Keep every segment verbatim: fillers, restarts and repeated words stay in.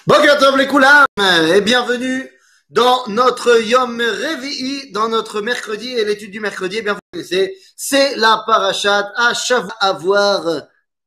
Boker Tov les Koulam et bienvenue dans notre Yom Revi'i, dans notre mercredi et l'étude du mercredi. Et bien vous connaissez, c'est la parashat à Shavuot à voir.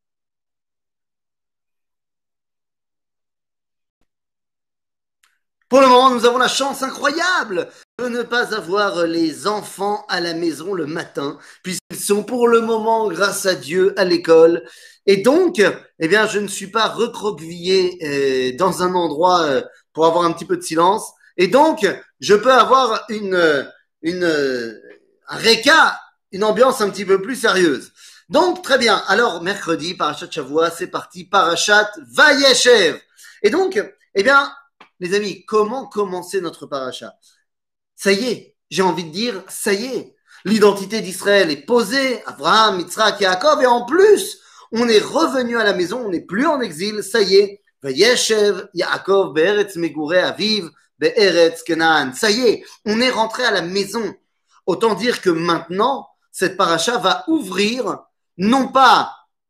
Pour le moment, nous avons la chance incroyable de ne pas avoir les enfants à la maison le matin, puisqu'ils sont pour le moment, grâce à Dieu, à l'école. Et donc, eh bien, je ne suis pas recroquevillé euh, dans un endroit euh, pour avoir un petit peu de silence. Et donc, je peux avoir une, une, euh, un réca, une ambiance un petit peu plus sérieuse. Donc, très bien. Alors, mercredi, Parashat Shavua, c'est parti. Parashat Vayeshev. Et donc, eh bien, les amis, comment commencer notre paracha? Ça y est, j'ai envie de dire, ça y est. L'identité d'Israël est posée, Abraham, Yitzhak et Jacob, et en plus, on est revenu à la maison, on n'est plus en exil, ça y est. Vayeshev Yaakov be'eretz megurei aviv be'eretz Canaan. Ça y est, on est rentré à la maison. Autant dire que maintenant, cette paracha va ouvrir, non pas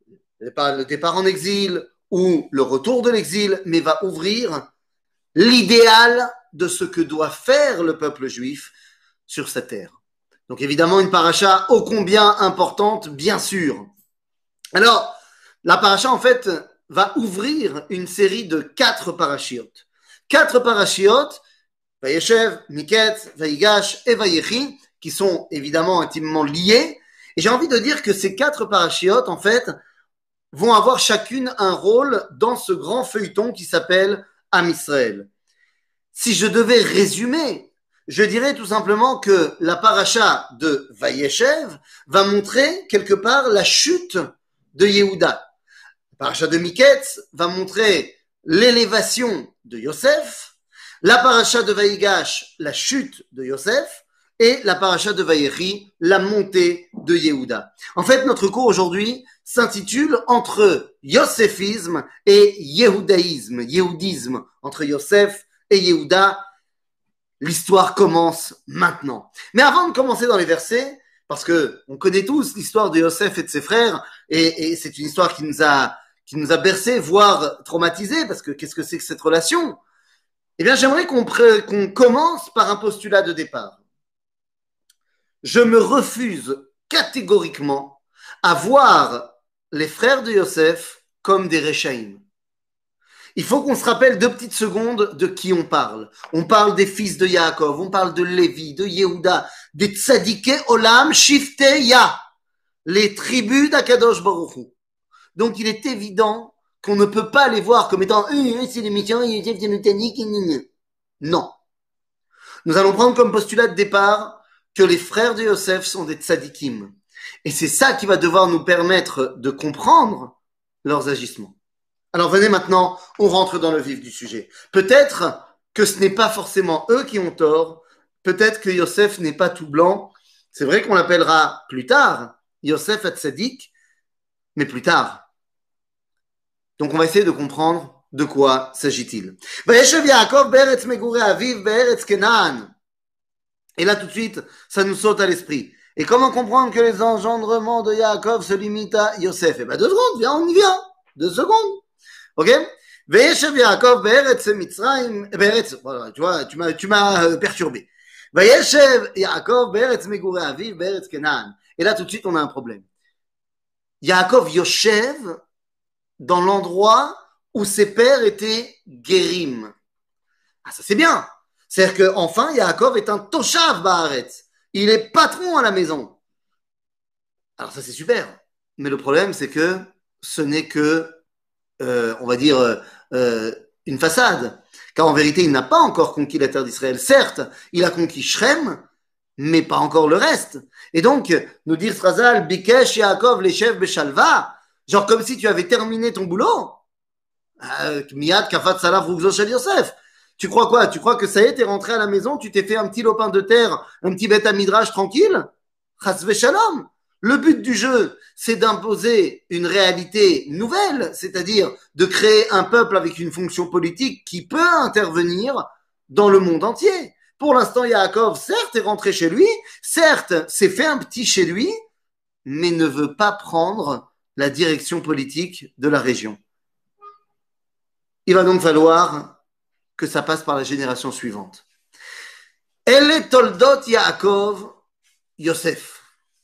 le départ en exil ou le retour de l'exil, mais va ouvrir l'idéal de ce que doit faire le peuple juif sur sa terre. Donc évidemment une paracha ô combien importante, bien sûr. Alors, la paracha en fait va ouvrir une série de quatre parachiotes. Quatre parachiotes, Vayeshev, Miketz, Vayigash et Vayechi, qui sont évidemment intimement liés. Et j'ai envie de dire que ces quatre parachiotes, en fait, vont avoir chacune un rôle dans ce grand feuilleton qui s'appelle Am Israël. Si je devais résumer, je dirais tout simplement que la paracha de Vayeshev va montrer quelque part la chute de Yehuda. La paracha de Miketz va montrer l'élévation de Yosef. La paracha de Vayigash, la chute de Yosef. Et la paracha de Vayechi, la montée de Yehuda. En fait, notre cours aujourd'hui s'intitule entre Yosefisme et Yehudaïsme, Yehudisme, entre Yosef et Yehuda. L'histoire commence maintenant. Mais avant de commencer dans les versets, parce que on connaît tous l'histoire de Yosef et de ses frères, et, et c'est une histoire qui nous a qui nous a bercé, voire traumatisé, parce que qu'est-ce que c'est que cette relation? Eh bien, j'aimerais qu'on, qu'on commence par un postulat de départ. Je me refuse catégoriquement à voir les frères de Yosef comme des Réchaïm. Il faut qu'on se rappelle deux petites secondes de qui on parle. On parle des fils de Yaakov, on parle de Lévi, de Yehuda, des tzadikei olam shiftei ya, les tribus d'Akadosh Baruch Hu. Donc il est évident qu'on ne peut pas les voir comme étant euh, c'est les méchants, Yosef c'est le tzaddik. Non. Nous allons prendre comme postulat de départ que les frères de Yosef sont des tzadikim. Et c'est ça qui va devoir nous permettre de comprendre leurs agissements. Alors venez maintenant, on rentre dans le vif du sujet. Peut-être que ce n'est pas forcément eux qui ont tort, peut-être que Yosef n'est pas tout blanc. C'est vrai qu'on l'appellera plus tard Yosef Hatzadik, mais plus tard. Donc on va essayer de comprendre de quoi s'agit-il. Vayeshev Yaakov be'eretz megurei aviv be'eretz Canaan. Et là, tout de suite, ça nous saute à l'esprit. Et comment comprendre que les engendrements de Yaakov se limitent à Yosef? Eh bien, deux secondes, viens, on y vient. Deux secondes. Ok? Vayeshev Yaakov be'eretz Mitzrayim, be'eretz, voilà, tu vois, tu m'as, tu m'as perturbé. Vayeshev Yaakov be'eretz megurei aviv be'eretz Canaan. Et là, tout de suite, on a un problème. Yaakov Yoshev dans l'endroit où ses pères étaient Guérim. Ah, ça c'est bien. C'est-à-dire qu'enfin, Yaakov est un Toshav Baaretz. Il est patron à la maison. Alors ça, c'est super. Mais le problème, c'est que ce n'est que, euh, on va dire, euh, une façade. Car en vérité, il n'a pas encore conquis la terre d'Israël. Certes, il a conquis Shrem, mais pas encore le reste. Et donc, nous dire Srazal, Bikesh Yaakov Leshev Beshalva, genre comme si tu avais terminé ton boulot. Miyad Kafat Salav Rugzo Shel Yosef. Tu crois quoi? Tu crois que ça y est, t'es rentré à la maison, tu t'es fait un petit lopin de terre, un petit bête à midrash tranquille? Chas v'shalom. Le but du jeu, c'est d'imposer une réalité nouvelle, c'est-à-dire de créer un peuple avec une fonction politique qui peut intervenir dans le monde entier. Pour l'instant, Yaakov, certes, est rentré chez lui, certes, s'est fait un petit chez lui, mais ne veut pas prendre la direction politique de la région. Il va donc falloir que ça passe par la génération suivante. Elle toldot Yaakov Yosef.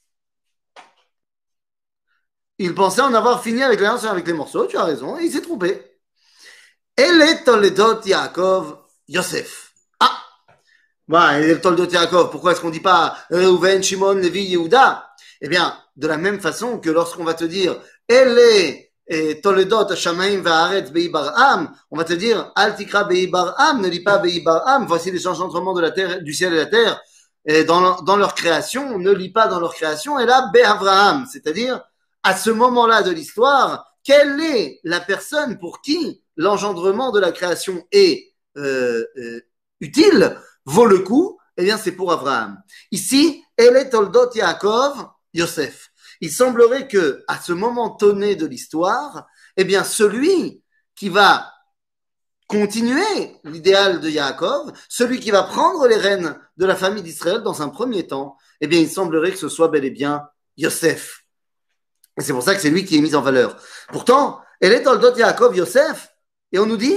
Il pensait en avoir fini avec les, avec les morceaux, tu as raison, et il s'est trompé. Elle toldot Yaakov Yosef. Ah, bah, elle toldot Yaakov, pourquoi est-ce qu'on ne dit pas Reuven, Shimon, Lévi, Yehuda? Eh bien, de la même façon que lorsqu'on va te dire elle est Toledot Shamaim Va'aretz Be'i Bar'am, on va te dire Al Tikra Be'i Bar'am, ne lis pas Be'i Bar'am, voici les engendrements de la terre, du ciel et de la terre, et dans, dans leur création, ne lis pas dans leur création, et là Be'Avraham, c'est-à-dire à ce moment-là de l'histoire, quelle est la personne pour qui l'engendrement de la création est euh, euh, utile, vaut le coup? Eh bien, c'est pour Abraham. Ici, Elle Toldot Yaakov Yosef. Il semblerait que, à ce moment donné de l'histoire, eh bien, celui qui va continuer l'idéal de Yaakov, celui qui va prendre les rênes de la famille d'Israël dans un premier temps, eh bien, il semblerait que ce soit bel et bien Yosef. Et c'est pour ça que c'est lui qui est mis en valeur. Pourtant, elle est Toldot Yaakov Yosef, et on nous dit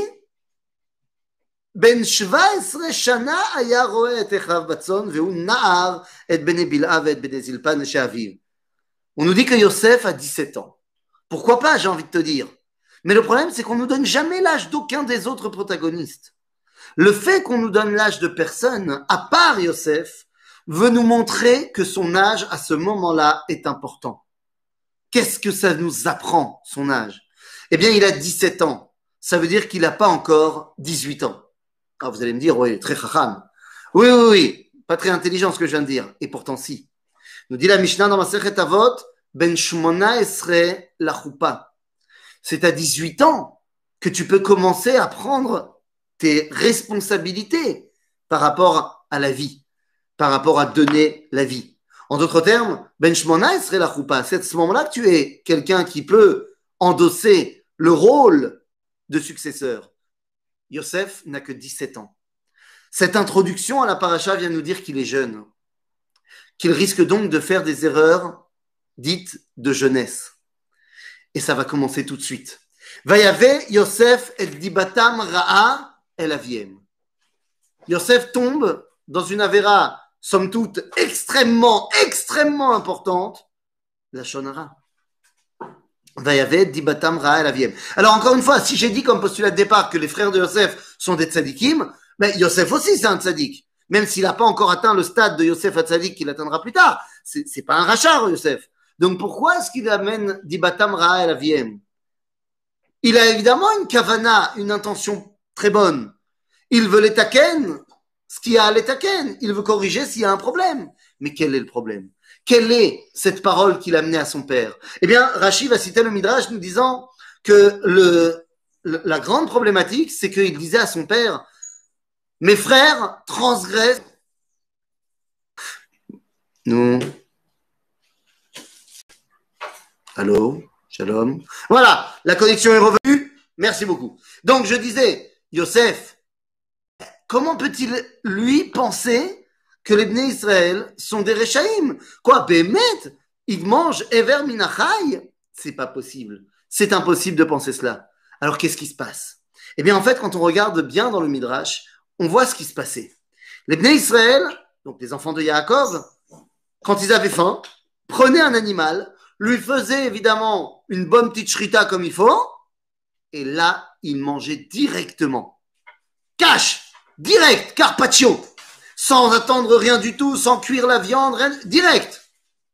Ben שבע-עשרה shana היה רואה את אחיו בצאן, והוא נער את בני בלהה ואת בני זלפה נשי אביו. On nous dit que Yosef a dix-sept ans. Pourquoi pas, j'ai envie de te dire. Mais le problème, c'est qu'on ne nous donne jamais l'âge d'aucun des autres protagonistes. Le fait qu'on nous donne l'âge de personne, à part Yosef, veut nous montrer que son âge, à ce moment-là, est important. Qu'est-ce que ça nous apprend, son âge? Eh bien, il a dix-sept ans. Ça veut dire qu'il n'a pas encore dix-huit ans. Alors, vous allez me dire, oui, très chacham. Oui, oui, oui, pas très intelligent ce que je viens de dire. Et pourtant, si. Nous dit la Mishnah dans Masechet Avot, ben shmona esre la choupa. C'est à dix-huit ans que tu peux commencer à prendre tes responsabilités par rapport à la vie, par rapport à donner la vie. En d'autres termes, ben shmona esre la choupa. C'est à ce moment-là que tu es quelqu'un qui peut endosser le rôle de successeur. Yosef n'a que dix-sept ans. Cette introduction à la paracha vient nous dire qu'il est jeune, qu'il risque donc de faire des erreurs dites de jeunesse. Et ça va commencer tout de suite. Vayave Yosef et dibatam ra'a el aviem. Yosef tombe dans une avéra, somme toute, extrêmement, extrêmement importante, la shonara. Vayave dibatam ra'a el aviem. Alors encore une fois, si j'ai dit comme postulat de départ que les frères de Yosef sont des tzadikim, mais Yosef aussi c'est un tzadik. Même s'il n'a pas encore atteint le stade de Yosef Hatzadik qu'il atteindra plus tard. C'est, c'est pas un rachar, Yosef. Donc pourquoi est-ce qu'il amène Dibatam Ra'a El Aviem? Il a évidemment une kavana, une intention très bonne. Il veut les taken, ce qu'il y a à les taken. Il veut corriger s'il y a un problème. Mais quel est le problème? Quelle est cette parole qu'il a amenée à son père? Eh bien, Rashi va citer le Midrash nous disant que le, le, la grande problématique, c'est qu'il disait à son père: mes frères transgressent. Nous. Allô? Shalom. Voilà, la connexion est revenue. Merci beaucoup. Donc, je disais, Yosef, comment peut-il, lui, penser que les Bnei Israël sont des Rechaïm? Quoi, Bémet? Ils mangent Ever Minachai? C'est pas possible. C'est impossible de penser cela. Alors, qu'est-ce qui se passe? Eh bien, en fait, quand on regarde bien dans le Midrash, on voit ce qui se passait. Les Bnei Israël, donc les enfants de Yaakov, quand ils avaient faim, prenaient un animal, lui faisaient évidemment une bonne petite shrita comme il faut, et là, ils mangeaient directement. Cash, direct, carpaccio, sans attendre rien du tout, sans cuire la viande, rien, direct.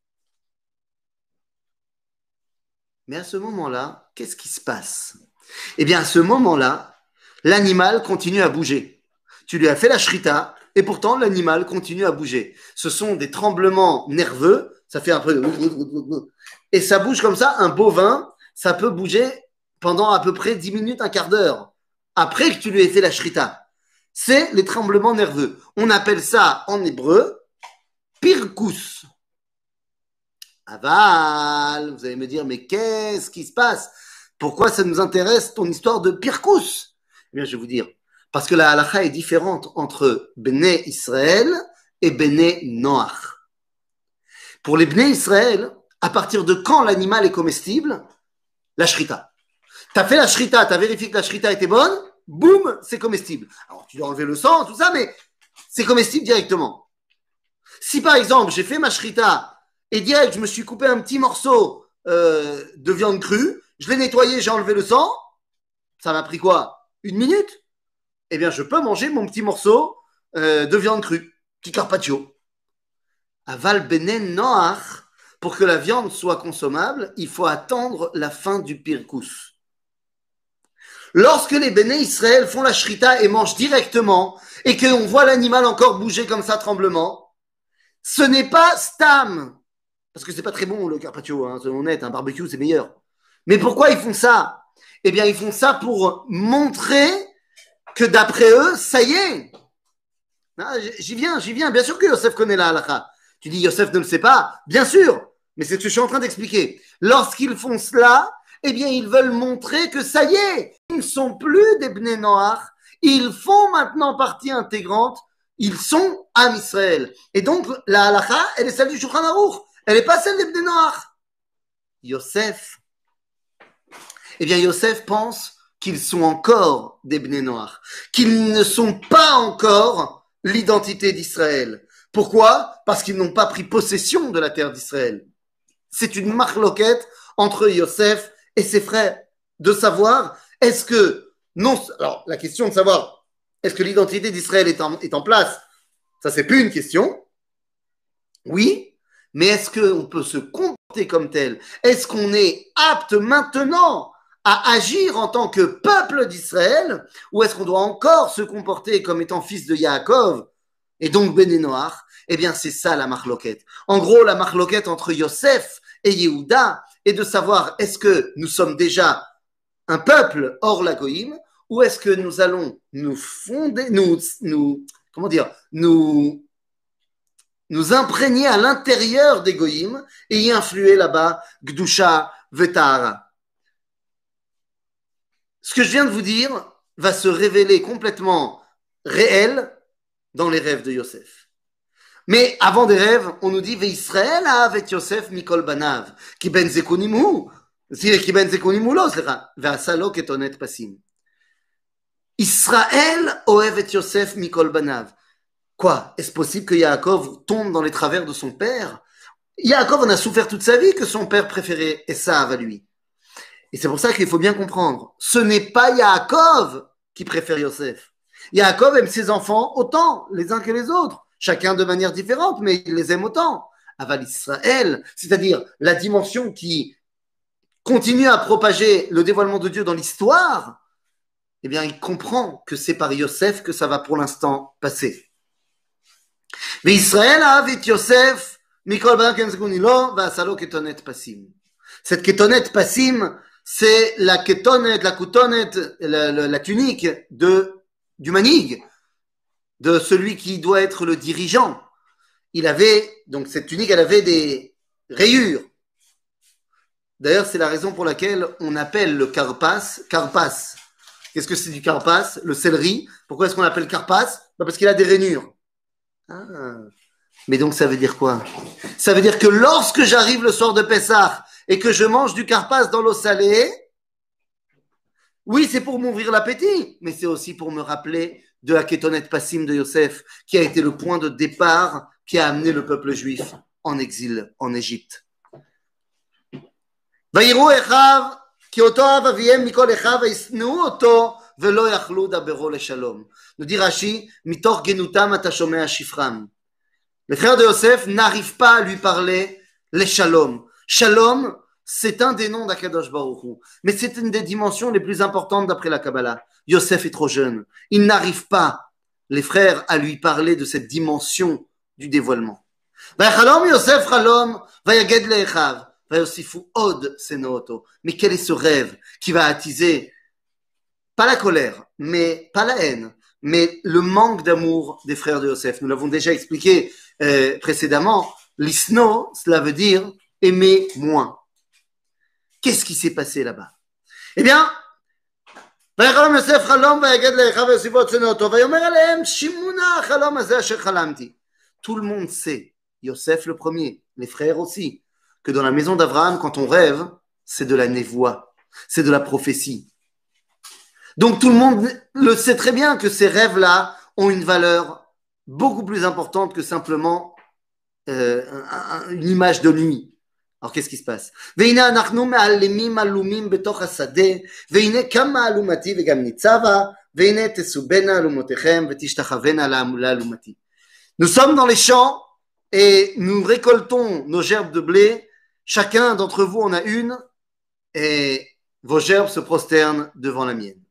Mais à ce moment-là, qu'est-ce qui se passe? Eh bien, à ce moment-là, l'animal continue à bouger. Tu lui as fait la shrita, et pourtant l'animal continue à bouger. Ce sont des tremblements nerveux, ça fait un peu de... Et ça bouge comme ça, un bovin, ça peut bouger pendant à peu près dix minutes, un quart d'heure, après que tu lui aies fait la shrita. C'est les tremblements nerveux. On appelle ça en hébreu pirkus. Aval, vous allez me dire, mais qu'est-ce qui se passe? Pourquoi ça nous intéresse ton histoire de pirkus? Eh bien, je vais vous dire. Parce que la halakha est différente entre Bnei Israël et Bnei Noach. Pour les Bnei Israël, à partir de quand l'animal est comestible? La shrita. Tu as fait la shrita, tu as vérifié que la shrita était bonne? boum, c'est comestible. Alors, tu dois enlever le sang, tout ça, mais c'est comestible directement. Si par exemple, j'ai fait ma shrita et direct, je me suis coupé un petit morceau euh, de viande crue, je l'ai nettoyé, j'ai enlevé le sang, ça m'a pris quoi? Une minute? Eh bien, je peux manger mon petit morceau euh, de viande crue, petit carpaccio. Aval benen noach, pour que la viande soit consommable, il faut attendre la fin du pirkous. Lorsque les béné Israël font la shrita et mangent directement, et qu'on voit l'animal encore bouger comme ça, tremblement, ce n'est pas stam, parce que c'est pas très bon le carpaccio, hein, soyons honnêtes, un barbecue c'est meilleur. Mais pourquoi ils font ça? Eh bien, ils font ça pour montrer que d'après eux, ça y est. Ah, j'y viens, j'y viens. Bien sûr que Yosef connaît la halakha. Tu dis Yosef ne le sait pas, bien sûr, mais c'est ce que je suis en train d'expliquer. Lorsqu'ils font cela, eh bien, ils veulent montrer que ça y est, ils ne sont plus des Bnei Noach, ils font maintenant partie intégrante, ils sont Am Israël. Et donc, la halakha, elle est celle du Shulchan Aruch, elle n'est pas celle des Bnei Noach. Yosef, eh bien, Yosef pense qu'ils sont encore des Bnei Noach, qu'ils ne sont pas encore l'identité d'Israël. Pourquoi? Parce qu'ils n'ont pas pris possession de la terre d'Israël. C'est une marloquette entre Yosef et ses frères de savoir est-ce que non, alors la question de savoir est-ce que l'identité d'Israël est en, est en place, ça c'est plus une question. Oui, mais est-ce qu'on peut se comporter comme tel? Est-ce qu'on est apte maintenant à agir en tant que peuple d'Israël, ou est-ce qu'on doit encore se comporter comme étant fils de Yaakov et donc Bnei Noach? Eh bien, c'est ça la marloquette. En gros, la marloquette entre Yosef et Yehuda est de savoir est-ce que nous sommes déjà un peuple hors la Goïm, ou est-ce que nous allons nous fonder, nous, nous comment dire, nous, nous imprégner à l'intérieur des Goïm et y influer là-bas Gdusha Vetahara. Ce que je viens de vous dire va se révéler complètement réel dans les rêves de Yosef. Mais avant des rêves, on nous dit Ve'Israël avec Yosef Mikol Banav, ki ben zekunimu, ki ben zekunimu lo, סליחה, ועשה לו כתונת פסים. Israël ohev et Yosef Mikol Banav. Quoi? Est-ce possible que Yaakov tombe dans les travers de son père? Yaakov en a souffert toute sa vie que son père préférait Esav à lui. Et c'est pour ça qu'il faut bien comprendre. Ce n'est pas Yaakov qui préfère Yosef. Yaakov aime ses enfants autant les uns que les autres. Chacun de manière différente, mais il les aime autant. Aval Israël, c'est-à-dire la dimension qui continue à propager le dévoilement de Dieu dans l'histoire, eh bien, il comprend que c'est par Yosef que ça va pour l'instant passer. Mais Israël a avec Yosef, Mikol Banav Kenzgunilo, va salo ketonet pasim. Cette ketonet pasim, c'est la ketonet, la koutonet, la, la, la tunique de, du manig, de celui qui doit être le dirigeant. Il avait, donc cette tunique, elle avait des rayures. D'ailleurs, c'est la raison pour laquelle on appelle le karpas, karpas. Qu'est-ce que c'est du karpas? Le céleri. Pourquoi est-ce qu'on l'appelle karpas? Bah parce qu'il a des rainures. Ah. Mais donc, ça veut dire quoi? Ça veut dire que lorsque j'arrive le soir de Pessah et que je mange du karpas dans l'eau salée, oui, c'est pour m'ouvrir l'appétit, mais c'est aussi pour me rappeler de la Ketonet Passim de Yosef, qui a été le point de départ qui a amené le peuple juif en exil en Égypte. ויראו אחיו כי אותו אהב אביהם מכל אחיו וישנאו אותו ולא יכלו דברו לשלום. nous dit Rashi, מתוך גנותם אתה שומע שפרם. Les frères de Yosef n'arrivent pas à lui parler les shalom. Shalom, c'est un des noms d'Akadosh Baruch Hu, mais c'est une des dimensions les plus importantes d'après la Kabbalah. Yosef est trop jeune. Il n'arrive pas, les frères, à lui parler de cette dimension du dévoilement. ויחלום יוסף חלום ויגד לאחיו ויוסיפו עוד שנאו אותו. Mais quel est ce rêve qui va attiser, pas la colère, mais pas la haine, mais le manque d'amour des frères de Yosef. Nous l'avons déjà expliqué euh, précédemment. L'isno, cela veut dire aimer moins. Qu'est-ce qui s'est passé là-bas? Eh bien, ויחלום יוסף חלום ויגד לאחיו ויוסיפו עוד שנאו אותו ויאמר עליהם שמעו נא החלום הזה אשר חלמתי. Tout le monde sait, Yosef le premier, les frères aussi, que dans la maison d'Abraham, quand on rêve, c'est de la névoie, c'est de la prophétie. Donc tout le monde le sait très bien que ces rêves-là ont une valeur beaucoup plus importante que simplement euh, un, un, une image de nuit. Alors qu'est-ce qui se passe? והנה אנחנו מעלמים עלומים בתוך השדה, והנה כמה אלומתי וגם ניצבה, והנה תסובנה אלומותיכם ותשתחוונה לאלומתי. Nous sommes dans les champs et nous récoltons nos gerbes de blé. Chacun d'entre vous en a une et vos gerbes se prosternent devant la mienne.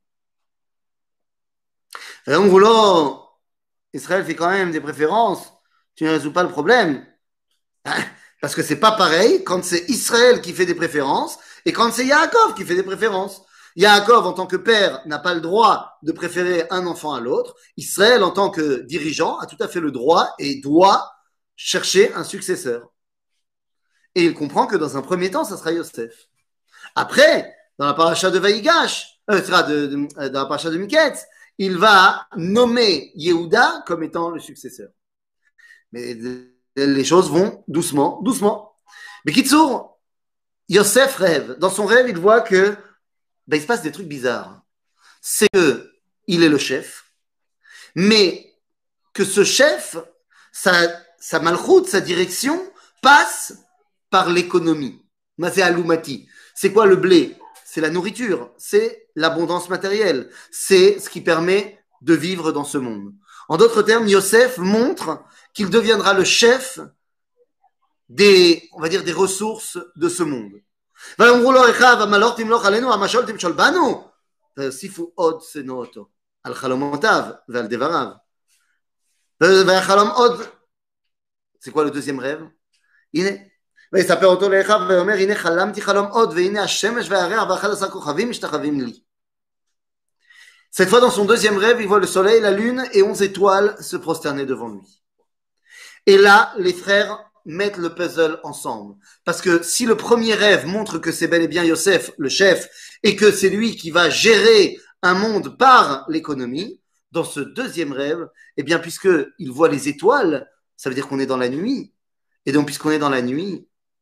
Et donc, là, Israël fait quand même des préférences. Tu ne résous pas le problème. Parce que c'est pas pareil quand c'est Israël qui fait des préférences et quand c'est Yaakov qui fait des préférences. Yaakov, en tant que père, n'a pas le droit de préférer un enfant à l'autre. Israël, en tant que dirigeant, a tout à fait le droit et doit chercher un successeur. Et il comprend que dans un premier temps, ça sera Yosef. Après, dans la paracha de Vaïgash, euh, de, de, dans la paracha de Miketz, il va nommer Yehuda comme étant le successeur. Mais les choses vont doucement, doucement. Mais Kitsour, Yosef rêve. Dans son rêve, il voit que ben, il se passe des trucs bizarres. C'est qu'il est le chef, mais que ce chef, sa, sa malchoute, sa direction, passe par l'économie. Mazé Aloumati. C'est quoi le blé? C'est la nourriture, c'est l'abondance matérielle, c'est ce qui permet de vivre dans ce monde. En d'autres termes, Yosef montre qu'il deviendra le chef des, on va dire, des ressources de ce monde. ויאמרו לו אחיו, המלוך תמלוך עלינו, המשול תמשול בנו. ויוסיפו עוד שנוא אותו, על חלומותיו ועל דבריו. ויחלום עוד, c'est quoi le deuxième rêve? הנה, ויספר אותו לאחיו ויאמר, הנה חלמתי חלום עוד, והנה השמש והירח ואחד עשר כוכבים משתחווים לי. Cette fois, dans son deuxième rêve, il voit le soleil, la lune et onze étoiles se prosterner devant lui. Et là, les frères mettre le puzzle ensemble. Parce que si le premier rêve montre que c'est bel et bien Yosef, le chef, et que c'est lui qui va gérer un monde par l'économie, dans ce deuxième rêve, eh bien, puisqu'il voit les étoiles, ça veut dire qu'on est dans la nuit. Et donc, puisqu'on est dans la nuit,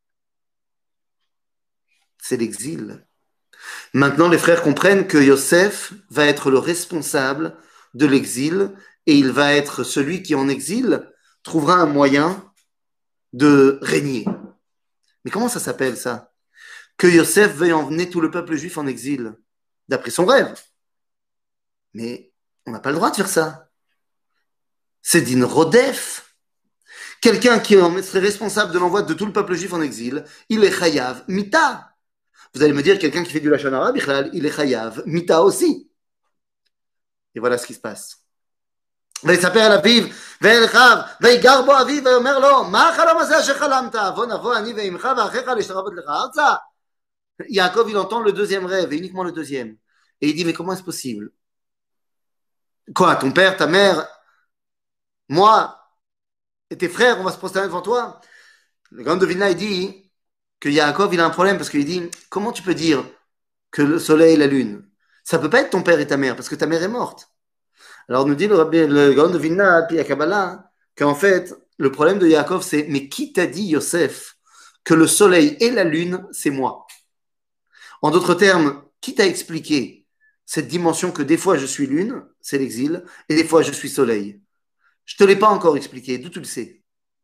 c'est l'exil. Maintenant, les frères comprennent que Yosef va être le responsable de l'exil et il va être celui qui, en exil, trouvera un moyen de régner. Mais comment ça s'appelle ça? Que Yosef veuille emmener tout le peuple juif en exil, d'après son rêve. Mais on n'a pas le droit de faire ça. C'est d'une rodef. Quelqu'un qui serait responsable de l'envoi de tout le peuple juif en exil, il est chayav mita. Vous allez me dire, quelqu'un qui fait du lachon hara, il est chayav mita aussi. Et voilà ce qui se passe. ויספר על אביו ואל אחיו ויגר בו אביו ויאמר לו מה החלום הזה אשר חלמת בוא נבוא אני ואמך ואחיך להשתחוות לך ארצה. Yaakov il entend le deuxième rêve et uniquement le deuxième et il dit mais comment est-ce possible? Quoi, ton père, ta mère, moi et tes frères on va se prosterner devant toi? Le grand de Vilna il dit que Yaakov il a un problème parce qu'il dit comment tu peux dire que le soleil et la lune ça peut pas être ton père et ta mère parce que ta mère est morte. Alors nous dit le, le grand de Vilna, puis à Kabbalah, qu'en fait, le problème de Yaakov, c'est mais qui t'a dit, Yosef, que le soleil et la lune, c'est moi? En d'autres termes, qui t'a expliqué cette dimension que des fois je suis lune, c'est l'exil, et des fois je suis soleil? Je ne te l'ai pas encore expliqué, d'où tu le sais?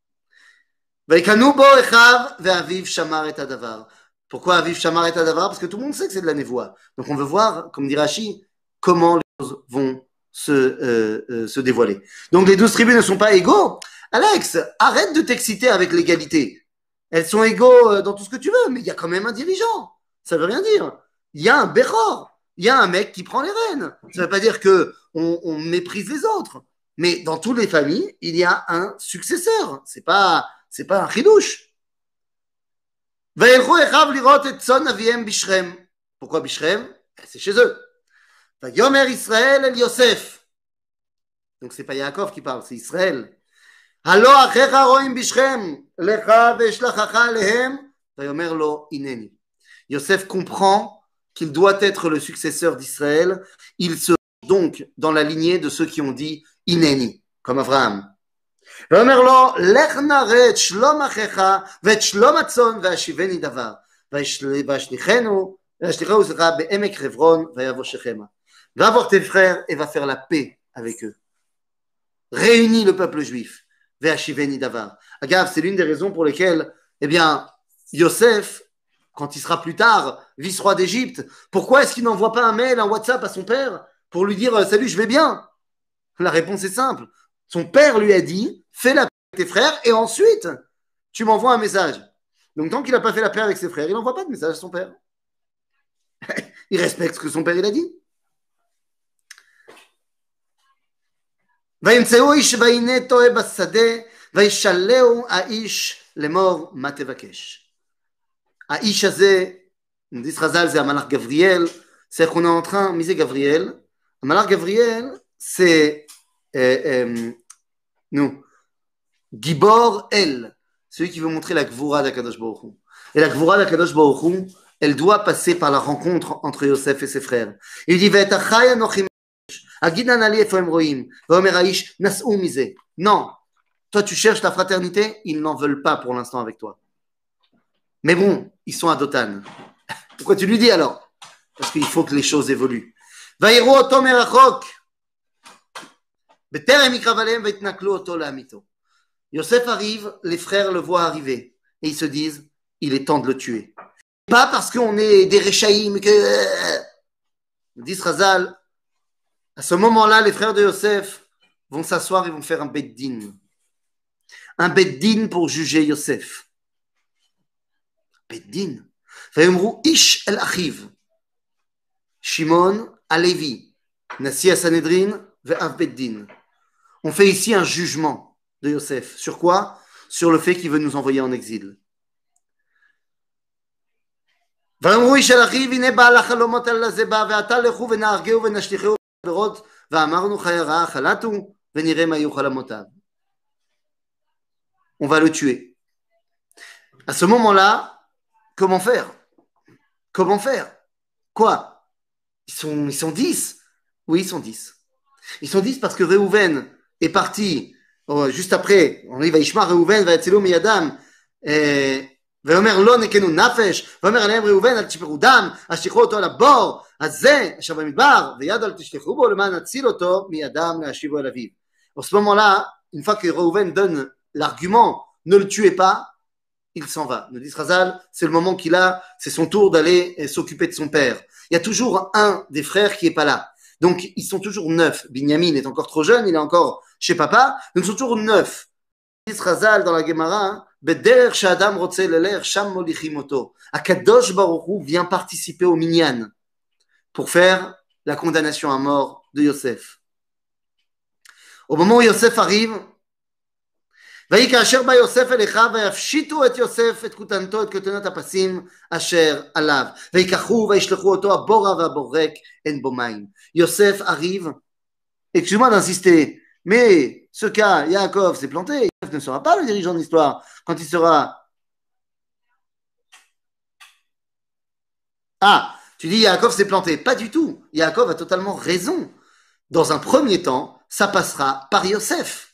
Pourquoi Aviv Shamar et Adavar? Parce que tout le monde sait que c'est de la névoie. Donc on veut voir, comme dit Rashi, comment les choses vont Se, euh, euh, se dévoiler. Donc les douze tribus ne sont pas égaux. Alex, arrête de t'exciter avec l'égalité. Elles sont égaux euh, dans tout ce que tu veux, mais il y a quand même un dirigeant. Ça veut rien dire. Il y a un Bechor. Il y a un mec qui prend les rênes. Ça veut pas dire que on, on méprise les autres. Mais dans toutes les familles, il y a un successeur. C'est pas, c'est pas un chidouche. Pourquoi Bishrem? C'est chez eux. Yomer Israël el Yosef. Donc c'est pas Yaakov qui parle, c'est Israël. Halo achecha roim bishrem lecha veshlachacha alehem. Yomer lo ineni. Yosef comprend qu'il doit être le successeur d'Israël. Il se donc dans la lignée de ceux qui ont dit ineni, comme Abraham. Yomer lo lech naret shlom achecha vet shlom atzon ve'ashiveni davar. Vashlichenu vashlichenu zera be'emek Hebron vayavo shechema. Va voir tes frères et va faire la paix avec eux. Réunis le peuple juif. Ve'ashiveni davar. Agav, c'est l'une des raisons pour lesquelles, eh bien, Yosef, quand il sera plus tard vice-roi d'Égypte, pourquoi est-ce qu'il n'envoie pas un mail, un WhatsApp à son père pour lui dire salut, je vais bien? La réponse est simple. Son père lui a dit fais la paix avec tes frères et ensuite tu m'envoies un message. Donc tant qu'il n'a pas fait la paix avec ses frères, il n'envoie pas de message à son père. Il respecte ce que son père il a dit. וימצאו איש והנה טועה בשדה וישאלהו האיש לאמור מה תבקש. האיש הזה, dit Chazal, c'est Amalach Gavriel. C'est qu'on est en train, mais c'est Gavriel. Amalach Gavriel, c'est euh, euh, nous, Gibor El, celui qui veut montrer la Gvura d'Akadosh Baruch Hu. Et la Gvura d'Akadosh Baruch Hu, elle doit passer par la rencontre entre Yosef et ses frères. Il dit Ve'etachai anochim agidan ali efo em roim ve'omer haish nas'u mize. Non, toi tu cherches ta fraternité, ils n'en veulent pas pour l'instant avec toi. Mais bon, ils sont à Dotan. Pourquoi tu lui dis alors? Parce qu'il faut que les choses évoluent. Vaïru oto merachok. Beterem ikrav alehem ve'itnaklu oto la'amito. Yosef arrive, les frères le voient arriver et ils se disent, il est temps de le tuer. Pas parce qu'on est des réchaïm que... Dit Chazal, à ce moment-là, les frères de Yosef vont s'asseoir et vont faire un beddin. Un beddin pour juger Yosef. Beddin. ויאמרו איש אל אחיו, שמעון הלוי, נשיא הסנהדרין ואב בית דין. On fait ici un jugement de Yosef. Sur quoi? Sur le fait qu'il veut nous envoyer en exil. ויאמרו איש אל אחיו, הנה בעל החלומות על הזה בא, ועתה לכו ונהרגהו ונשליכהו ברות, ואמרנו חי רעה חלתו, ונראה מה יהיו חלומותיו. On va le tuer. À ce moment-là, comment faire? Comment faire? Quoi? Ils sont, ils sont dix? Oui, ils sont dix. Ils sont dix parce que Réhouven est parti oh, juste après. On dit Vaishma Réhouven va etzelo miyadam. ואומר לא נקנו נפש, ואומר עליהם ראובן אל תשפכו דם, השליכו אותו על הבור הזה אשר במדבר, ויד אל תשלחו בו למען נציל אותו מידם להשיבו אל אביו. En ce moment-là, une fois que Réhouven donne l'argument ne le tuez pas, il s'en va. Nous dit Chazal, c'est le moment qu'il a, c'est son tour d'aller s'occuper de son père. Il y a toujours un des frères qui est pas là. Donc, ils sont toujours neuf. Binyamin est encore trop jeune, il est encore chez papa. Donc, ils sont toujours neuf. Nous dit Chazal dans la Gemara, Bederech sh'adam rotze lelech, sham molichim oto. Akadosh Baruch Hu vient participer au minyan pour faire la condamnation à mort de Yosef. Au moment où Yosef arrive, ויהי כאשר בא יוסף אל אחיו ויפשיטו את יוסף את כותנתו את כותנת הפסים אשר עליו ויקחו וישלחו אותו הבורה והבורק אין בו מים. Yosef arrive, excuse-moi d'insister, mais ce cas, Yaakov s'est planté, Yosef ne sera pas le dirigeant de l'histoire quand il sera... Ah, tu dis Yaakov s'est planté, pas du tout, Yaakov a totalement raison. Dans un premier temps, ça passera par Yosef.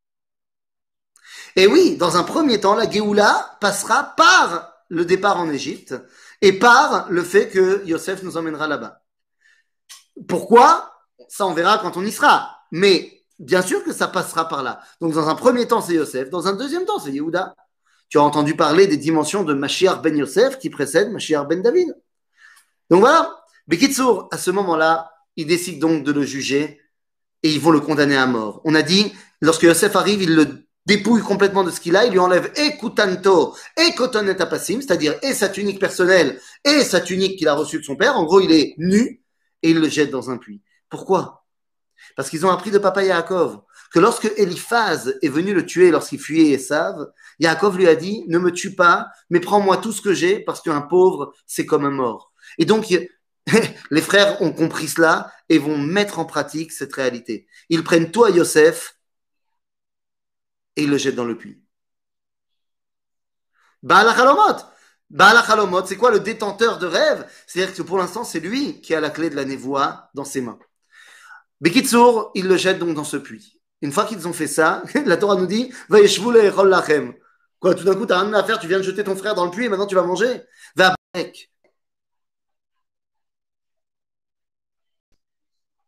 Et oui, dans un premier temps, la Géoula passera par le départ en Égypte et par le fait que Yosef nous emmènera là-bas. Pourquoi? Ça, on verra quand on y sera. Mais bien sûr que ça passera par là. Donc, dans un premier temps, c'est Yosef. Dans un deuxième temps, c'est Yehuda. Tu as entendu parler des dimensions de Mashiach ben Yosef qui précèdent Mashiach ben David. Donc voilà. Bekitsour, à ce moment-là, ils décident donc de le juger et ils vont le condamner à mort. On a dit, lorsque Yosef arrive, il le dépouille complètement de ce qu'il a, il lui enlève et kutanto et kotonet apasim, c'est-à-dire et sa tunique personnelle et sa tunique qu'il a reçue de son père. En gros, il est nu et il le jette dans un puits. Pourquoi? Parce qu'ils ont appris de papa Yaakov que lorsque Eliphaz est venu le tuer lorsqu'il fuyait Esav, Yaakov lui a dit ne me tue pas, mais prends-moi tout ce que j'ai parce qu'un pauvre, c'est comme un mort. Et donc, les frères ont compris cela et vont mettre en pratique cette réalité. Ils prennent tout à Yosef et il le jette dans le puits. Baal HaChalomot. Baal HaChalomot, c'est quoi le détenteur de rêve? C'est-à-dire que pour l'instant, c'est lui qui a la clé de la névoie dans ses mains. Bekitsour, il le jette donc dans ce puits. Une fois qu'ils ont fait ça, la Torah nous dit Vayeshvu le'echol lachem. Quoi, tout d'un coup, tu n'as rien à faire, tu viens de jeter ton frère dans le puits et maintenant tu vas manger? Va avec.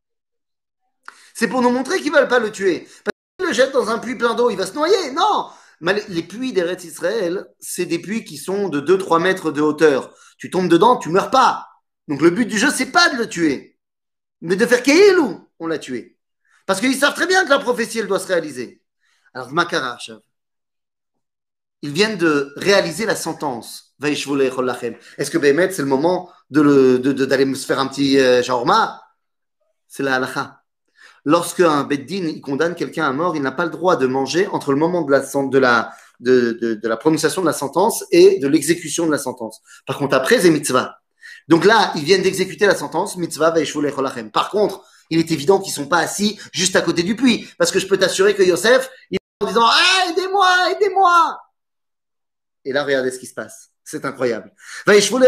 C'est pour nous montrer qu'ils ne veulent pas le tuer. Parce qu'ils le jettent dans un puits plein d'eau, il va se noyer. Non. Mais les puits d'Eretz Israël, c'est des puits qui sont de deux à trois mètres de hauteur. Tu tombes dedans, tu ne meurs pas. Donc le but du jeu, c'est pas de le tuer, mais de faire Keilou, on l'a tué. Parce qu'ils savent très bien que la prophétie, elle doit se réaliser. Alors, Makara, ils viennent de réaliser la sentence. Est-ce que Bémet, c'est le moment de le, de, de, d'aller se faire un petit euh, shawarma? C'est la halakha. Lorsque un beddin il condamne quelqu'un à mort, il n'a pas le droit de manger entre le moment de la, de la, de, de, de la prononciation de la sentence et de l'exécution de la sentence. Par contre, après, c'est mitzvah. Donc là, ils viennent d'exécuter la sentence, mitzvah ve'eshvu lecholachem. Par contre, il est évident qu'ils sont pas assis juste à côté du puits, parce que je peux t'assurer que Yosef, il est en disant, ah, aidez-moi, aidez-moi. Et là, regardez ce qui se passe. C'est incroyable. Ils sont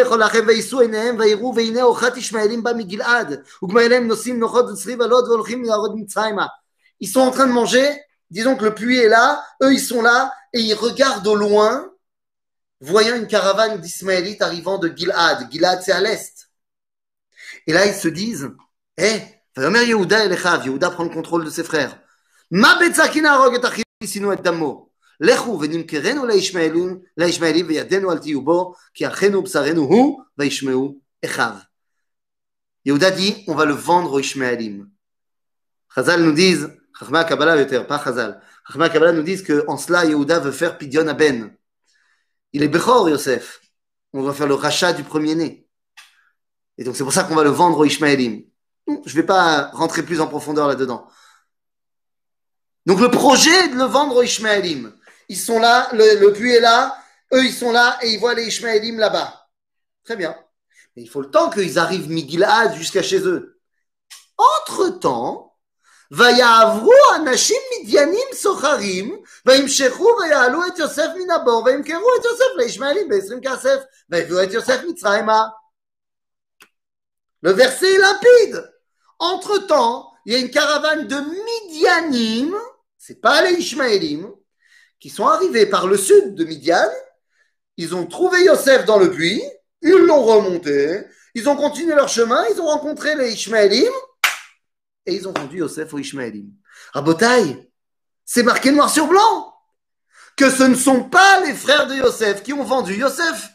en train de manger. Disons que le puits est là. Eux, ils sont là. Et ils regardent au loin, voyant une caravane d'Ismaélites arrivant de Gilad. Gilad, c'est à l'est. Et là, ils se disent, eh, Vayomer Yehuda elechav. Yehuda prend le contrôle de ses frères. Ma betzakina arog et achim sinu et damo. לכו ונמכרנו לישמעאלים, לישמעאלים וידנו אל תהיו בו, כי אחינו בשרנו הוא, וישמעו אחיו. Yehuda dit, on va le vendre aux Ishmaélim. Chazal nous disent, Chachma Kabbalah יותר, pas Chazal. Chachma Kabbalah nous disent qu'en cela, Yehuda veut faire Pidyon Aben. Il est Bechor, Yosef. On va faire le rachat du premier-né. Et donc c'est pour ça qu'on va le vendre aux Ishmaélim. Je ne vais pas rentrer plus en profondeur là-dedans. Donc le projet est de le vendre aux Ishmaélim. Ils sont là, le, le puits est là, eux ils sont là et ils voient les Ishmaélim là-bas. Très bien. Mais il faut le temps qu'ils arrivent Migilad jusqu'à chez eux. Entre-temps, Vayavru anashim midyanim socharim, vayimshechu vayalu et Yosef min habor, vayimkeru et Yosef leishmaelim be'esrim kasef, vayavu et Yosef mitzrayma. Le verset est limpide. Entre-temps, il y a une caravane de Midyanim, c'est pas les Ishmaélim, qui sont arrivés par le sud de Midian. Ils ont trouvé Yosef dans le puits, ils l'ont remonté, ils ont continué leur chemin, ils ont rencontré les Ishmaélim et ils ont vendu Yosef aux Ishmaélim. Rabotai, c'est marqué noir sur blanc que ce ne sont pas les frères de Yosef qui ont vendu Yosef.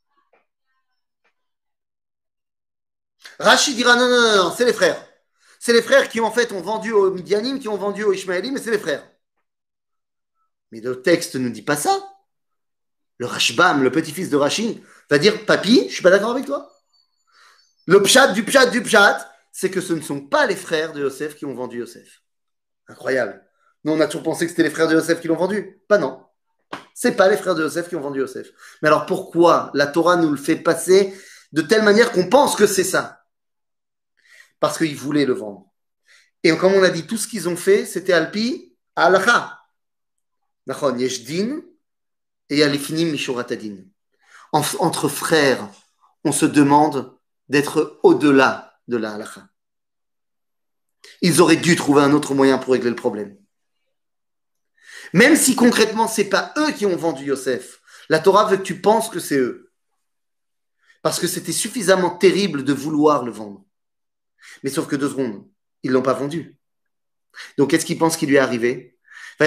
Rachid dira non, non, non, non, c'est les frères. C'est les frères qui en fait ont vendu aux Midianim, qui ont vendu aux Ishmaélim, mais c'est les frères. Mais le texte ne dit pas ça. Le Rashbam, le petit-fils de Rashi, va dire, papy, je ne suis pas d'accord avec toi. Le pshat du pshat du pshat, c'est que ce ne sont pas les frères de Yosef qui ont vendu Yosef. Incroyable. Nous, on a toujours pensé que c'était les frères de Yosef qui l'ont vendu. Pas non. C'est pas les frères de Yosef qui ont vendu Yosef. Mais alors pourquoi la Torah nous le fait passer de telle manière qu'on pense que c'est ça? Parce qu'ils voulaient le vendre. Et comme on a dit, tout ce qu'ils ont fait, c'était Alpi, Alacha. Nachon, yesh din et alifnim mishuratadin. Entre frères, on se demande d'être au-delà de la halacha. Ils auraient dû trouver un autre moyen pour régler le problème. Même si concrètement, ce n'est pas eux qui ont vendu Yosef, la Torah veut que tu penses que c'est eux. Parce que c'était suffisamment terrible de vouloir le vendre. Mais sauf que deux secondes, ils ne l'ont pas vendu. Donc qu'est-ce qu'ils pensent qui lui est arrivé? Quand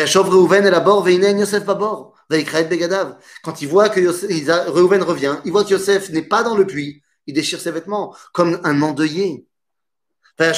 il voit que Yosef, Reuven revient, il voit que Yosef n'est pas dans le puits, il déchire ses vêtements comme un endeuillé. Les,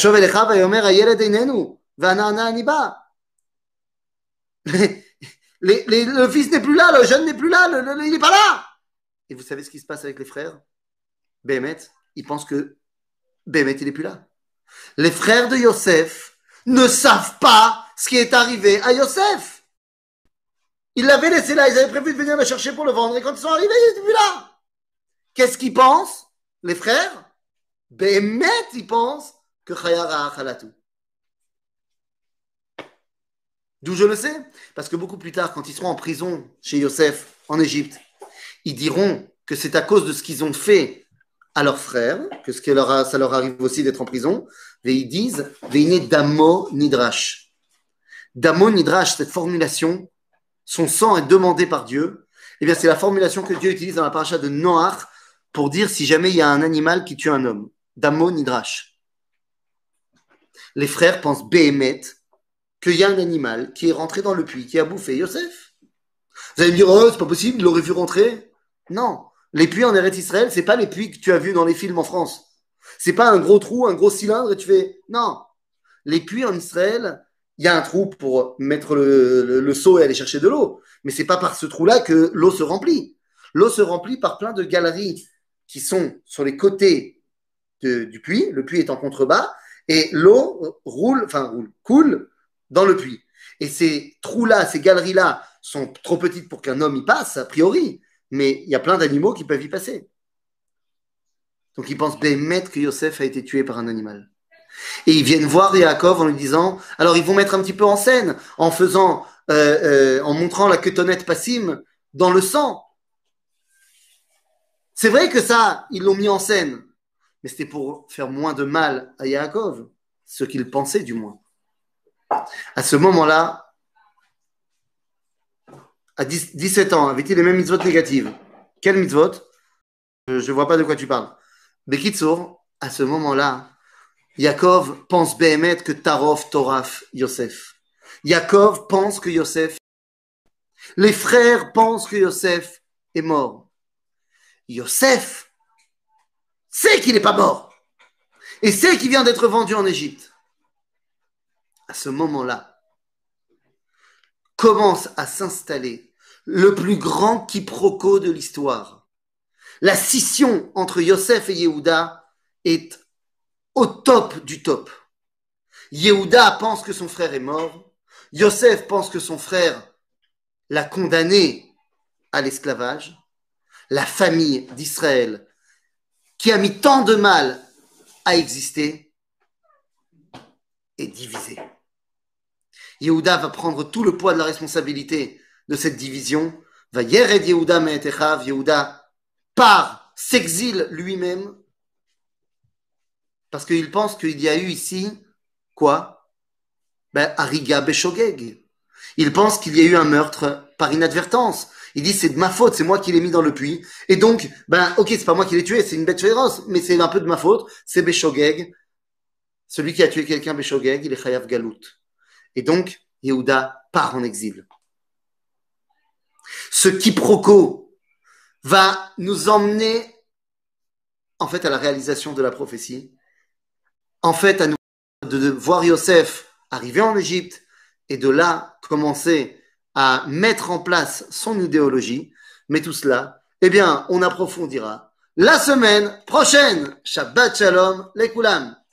les, le fils n'est plus là, le jeune n'est plus là, le, le, il n'est pas là. Et vous savez ce qui se passe avec les frères? Béhémet, ils pensent que Béhémet, il n'est plus là. Les frères de Yosef ne savent pas ce qui est arrivé à Yosef. Ils l'avaient laissé là, ils avaient prévu de venir le chercher pour le vendre, et quand ils sont arrivés, il n'était plus là. Qu'est-ce qu'ils pensent, les frères? Béhémet, ils pensent que Chayara Khalatou. D'où je le sais? Parce que beaucoup plus tard, quand ils seront en prison chez Yosef, en Égypte, ils diront que c'est à cause de ce qu'ils ont fait à leurs frères, que ce que leur a, ça leur arrive aussi d'être en prison, et ils disent « Veine Damo Nidrash ». Damo Nidrash, cette formulation, son sang est demandé par Dieu, eh bien c'est la formulation que Dieu utilise dans la paracha de Noach pour dire si jamais il y a un animal qui tue un homme. Damo Nidrash. Les frères pensent Béhémet qu'il y a un animal qui est rentré dans le puits, qui a bouffé Yosef. Vous allez me dire, oh, c'est pas possible, il l'aurait vu rentrer. Non. Les puits en Eretz Israël, c'est pas les puits que tu as vus dans les films en France. C'est pas un gros trou, un gros cylindre et tu fais. Non. Les puits en Israël, il y a un trou pour mettre le, le, le seau et aller chercher de l'eau. Mais c'est pas par ce trou-là que l'eau se remplit. L'eau se remplit par plein de galeries qui sont sur les côtés de, du puits. Le puits est en contrebas et l'eau roule, enfin roule, coule dans le puits. Et ces trous-là, ces galeries-là sont trop petites pour qu'un homme y passe, a priori. Mais il y a plein d'animaux qui peuvent y passer. Donc ils pensent béhémet que Yosef a été tué par un animal. Et ils viennent voir Yaakov en lui disant, alors ils vont mettre un petit peu en scène, en faisant, euh, euh, en montrant la ketonnette passim dans le sang. C'est vrai que ça, ils l'ont mis en scène, mais c'était pour faire moins de mal à Yaakov, ce qu'il pensait du moins. À ce moment-là, à dix-sept ans, avait-il les mêmes mitzvot négatives? Quelles mitzvot? Je ne vois pas de quoi tu parles. Bekitsour, à ce moment-là, Yaakov pense béhémet que Tarov, Toraf, Yosef. Yaakov pense que Yosef. Les frères pensent que Yosef est mort. Yosef sait qu'il n'est pas mort et sait qu'il vient d'être vendu en Égypte. À ce moment-là, commence à s'installer le plus grand quiproquo de l'histoire. La scission entre Yosef et Yehuda est au top du top. Yehuda pense que son frère est mort. Yosef pense que son frère l'a condamné à l'esclavage. La famille d'Israël, qui a mis tant de mal à exister, est divisée. Yehuda va prendre tout le poids de la responsabilité de cette division. Va yered Yehuda me'etechav. Yehuda part, s'exile lui-même, parce qu'il pense qu'il y a eu ici, quoi? Ben, Hariga Beshogeg. Il pense qu'il y a eu un meurtre par inadvertance. Il dit, c'est de ma faute, c'est moi qui l'ai mis dans le puits. Et donc, ben, ok, c'est pas moi qui l'ai tué, c'est une bête féroce, mais c'est un peu de ma faute. C'est Beshogeg. Celui qui a tué quelqu'un, Beshogeg, il est Chayav Galout. Et donc, Yehuda part en exil. Ce quiproquo va nous emmener, en fait, à la réalisation de la prophétie. En fait, à nous de voir Yosef arriver en Égypte et de là commencer à mettre en place son idéologie. Mais tout cela, eh bien, on approfondira la semaine prochaine. Shabbat Shalom, les Koulam.